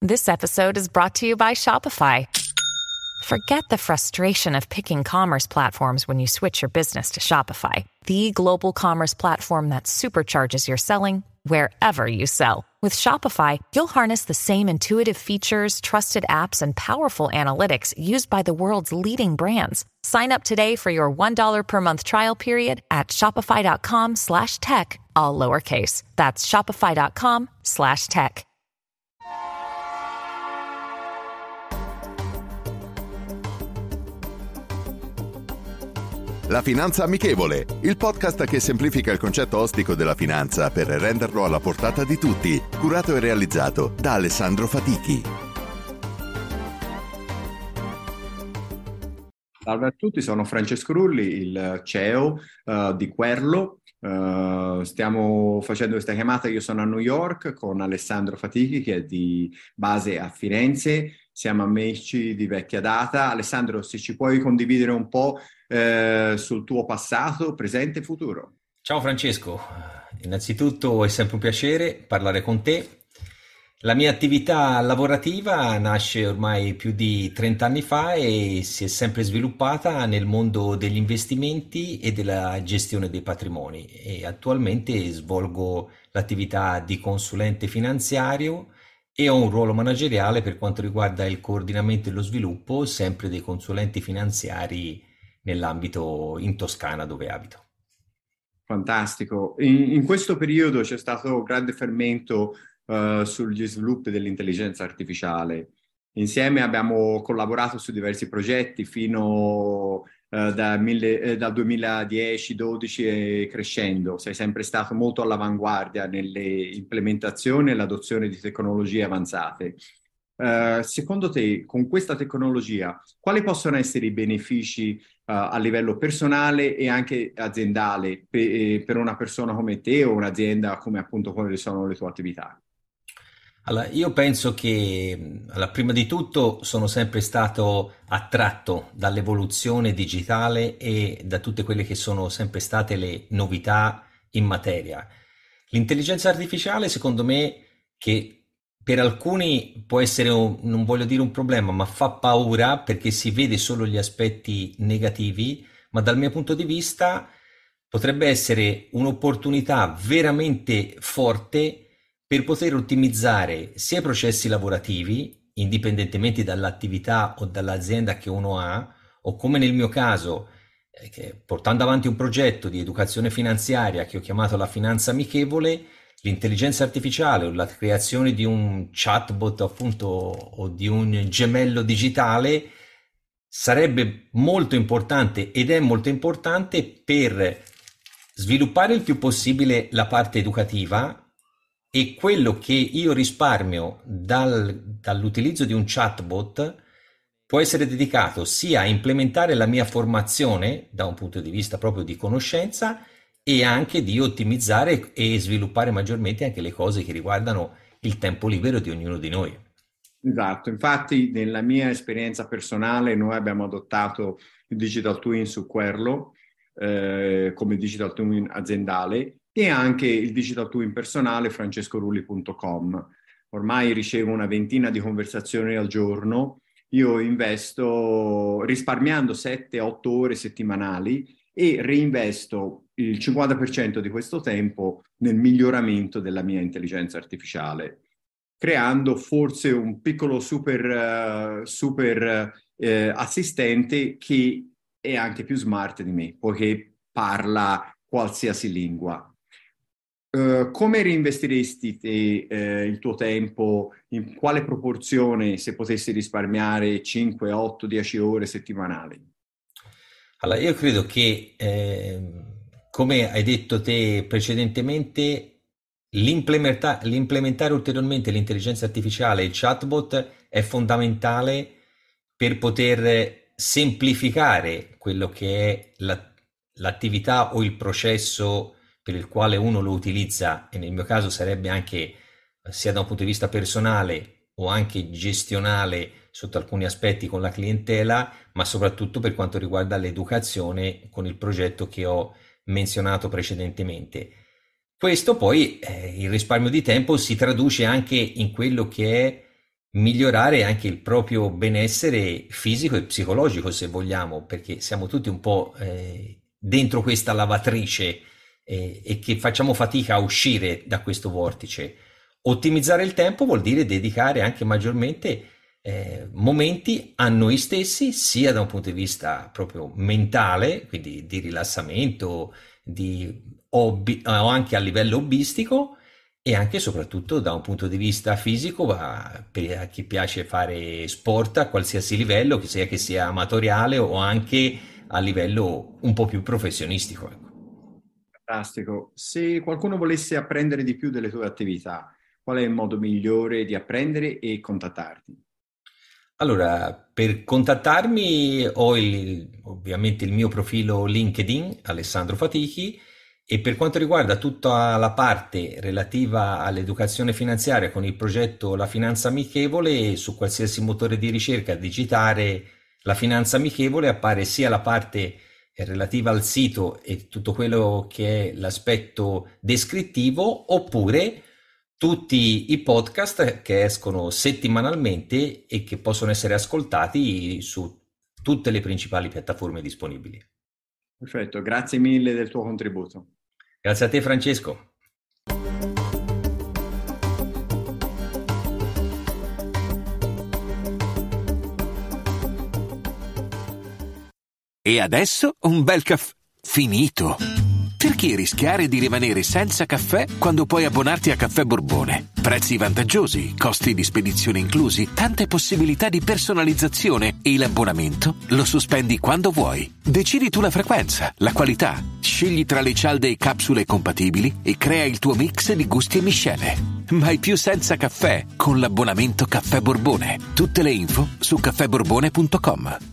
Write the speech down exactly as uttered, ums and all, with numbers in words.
This episode is brought to you by Shopify. Forget the frustration of picking commerce platforms when you switch your business to Shopify, the global commerce platform that supercharges your selling wherever you sell. With Shopify, you'll harness the same intuitive features, trusted apps, and powerful analytics used by the world's leading brands. Sign up today for your one dollar per month trial period at shopify.com slash tech, all lowercase. That's shopify.com slash tech. La Finanza Amichevole, il podcast che semplifica il concetto ostico della finanza per renderlo alla portata di tutti, curato e realizzato da Alessandro Fatichi. Salve a tutti, sono Francesco Rulli, il C E O uh, di Querlo. Uh, stiamo facendo questa chiamata, io sono a New York con Alessandro Fatichi che è di base a Firenze. Siamo amici di vecchia data. Alessandro, se ci puoi condividere un po' eh, sul tuo passato, presente e futuro. Ciao Francesco, innanzitutto è sempre un piacere parlare con te. La mia attività lavorativa nasce ormai più di trenta anni fa e si è sempre sviluppata nel mondo degli investimenti e della gestione dei patrimoni e attualmente svolgo l'attività di consulente finanziario e ho un ruolo manageriale per quanto riguarda il coordinamento e lo sviluppo sempre dei consulenti finanziari nell'ambito in Toscana dove abito. Fantastico. In, in questo periodo c'è stato un grande fermento uh, sugli sviluppi dell'intelligenza artificiale. Insieme abbiamo collaborato su diversi progetti fino uh, da, mille, eh, dal duemiladieci dodici e crescendo. Sei sempre stato molto all'avanguardia nelle implementazioni e l'adozione di tecnologie avanzate. Uh, secondo te, con questa tecnologia, quali possono essere i benefici uh, a livello personale e anche aziendale per, per una persona come te o un'azienda come appunto quali sono le tue attività? Allora, io penso che, allora, prima di tutto sono sempre stato attratto dall'evoluzione digitale e da tutte quelle che sono sempre state le novità in materia. L'intelligenza artificiale, secondo me, che per alcuni può essere, un, non voglio dire un problema, ma fa paura perché si vede solo gli aspetti negativi, ma dal mio punto di vista potrebbe essere un'opportunità veramente forte per poter ottimizzare sia i processi lavorativi, indipendentemente dall'attività o dall'azienda che uno ha, o come nel mio caso, eh, che portando avanti un progetto di educazione finanziaria che ho chiamato la Finanza Amichevole, l'intelligenza artificiale o la creazione di un chatbot appunto o di un gemello digitale sarebbe molto importante ed è molto importante per sviluppare il più possibile la parte educativa e quello che io risparmio dal, dall'utilizzo di un chatbot può essere dedicato sia a implementare la mia formazione da un punto di vista proprio di conoscenza e anche di ottimizzare e sviluppare maggiormente anche le cose che riguardano il tempo libero di ognuno di noi. Esatto, infatti nella mia esperienza personale noi abbiamo adottato il Digital Twin su Querlo eh, come Digital Twin aziendale e anche il Digital Twin personale francescorulli punto com. Ormai ricevo una ventina di conversazioni al giorno, io investo risparmiando sette otto ore settimanali e reinvesto il cinquanta per cento di questo tempo nel miglioramento della mia intelligenza artificiale, creando forse un piccolo super, uh, super uh, assistente che è anche più smart di me, poiché parla qualsiasi lingua. Uh, come reinvestiresti te, uh, il tuo tempo? In quale proporzione se potessi risparmiare cinque, otto, dieci ore settimanali? Allora, io credo che, eh, come hai detto te precedentemente, l'implementa- l'implementare ulteriormente l'intelligenza artificiale e il chatbot è fondamentale per poter semplificare quello che è la, l'attività o il processo per il quale uno lo utilizza, e nel mio caso sarebbe anche sia da un punto di vista personale o anche gestionale sotto alcuni aspetti con la clientela, ma soprattutto per quanto riguarda l'educazione con il progetto che ho menzionato precedentemente. Questo poi, eh, il risparmio di tempo si traduce anche in quello che è migliorare anche il proprio benessere fisico e psicologico, se vogliamo, perché siamo tutti un po' eh, dentro questa lavatrice eh, e che facciamo fatica a uscire da questo vortice. Ottimizzare il tempo vuol dire dedicare anche maggiormente eh, momenti a noi stessi, sia da un punto di vista proprio mentale, quindi di rilassamento, di hobby, o anche a livello hobbistico, e anche e soprattutto da un punto di vista fisico, per chi piace fare sport a qualsiasi livello, che sia che sia amatoriale o anche a livello un po' più professionistico. Fantastico. Se qualcuno volesse apprendere di più delle tue attività, qual è il modo migliore di apprendere e contattarti? Allora, per contattarmi ho il, ovviamente il mio profilo LinkedIn, Alessandro Fatichi, e per quanto riguarda tutta la parte relativa all'educazione finanziaria con il progetto La Finanza Amichevole, su qualsiasi motore di ricerca digitare La Finanza Amichevole appare sia la parte relativa al sito e tutto quello che è l'aspetto descrittivo, oppure tutti i podcast che escono settimanalmente e che possono essere ascoltati su tutte le principali piattaforme disponibili. Perfetto, grazie mille del tuo contributo. Grazie a te, Francesco. E adesso un bel caffè finito. Perché rischiare di rimanere senza caffè quando puoi abbonarti a Caffè Borbone? Prezzi vantaggiosi, costi di spedizione inclusi, tante possibilità di personalizzazione e l'abbonamento lo sospendi quando vuoi. Decidi tu la frequenza, la qualità, scegli tra le cialde e capsule compatibili e crea il tuo mix di gusti e miscele. Mai più senza caffè con l'abbonamento Caffè Borbone. Tutte le info su caffè borbone punto com.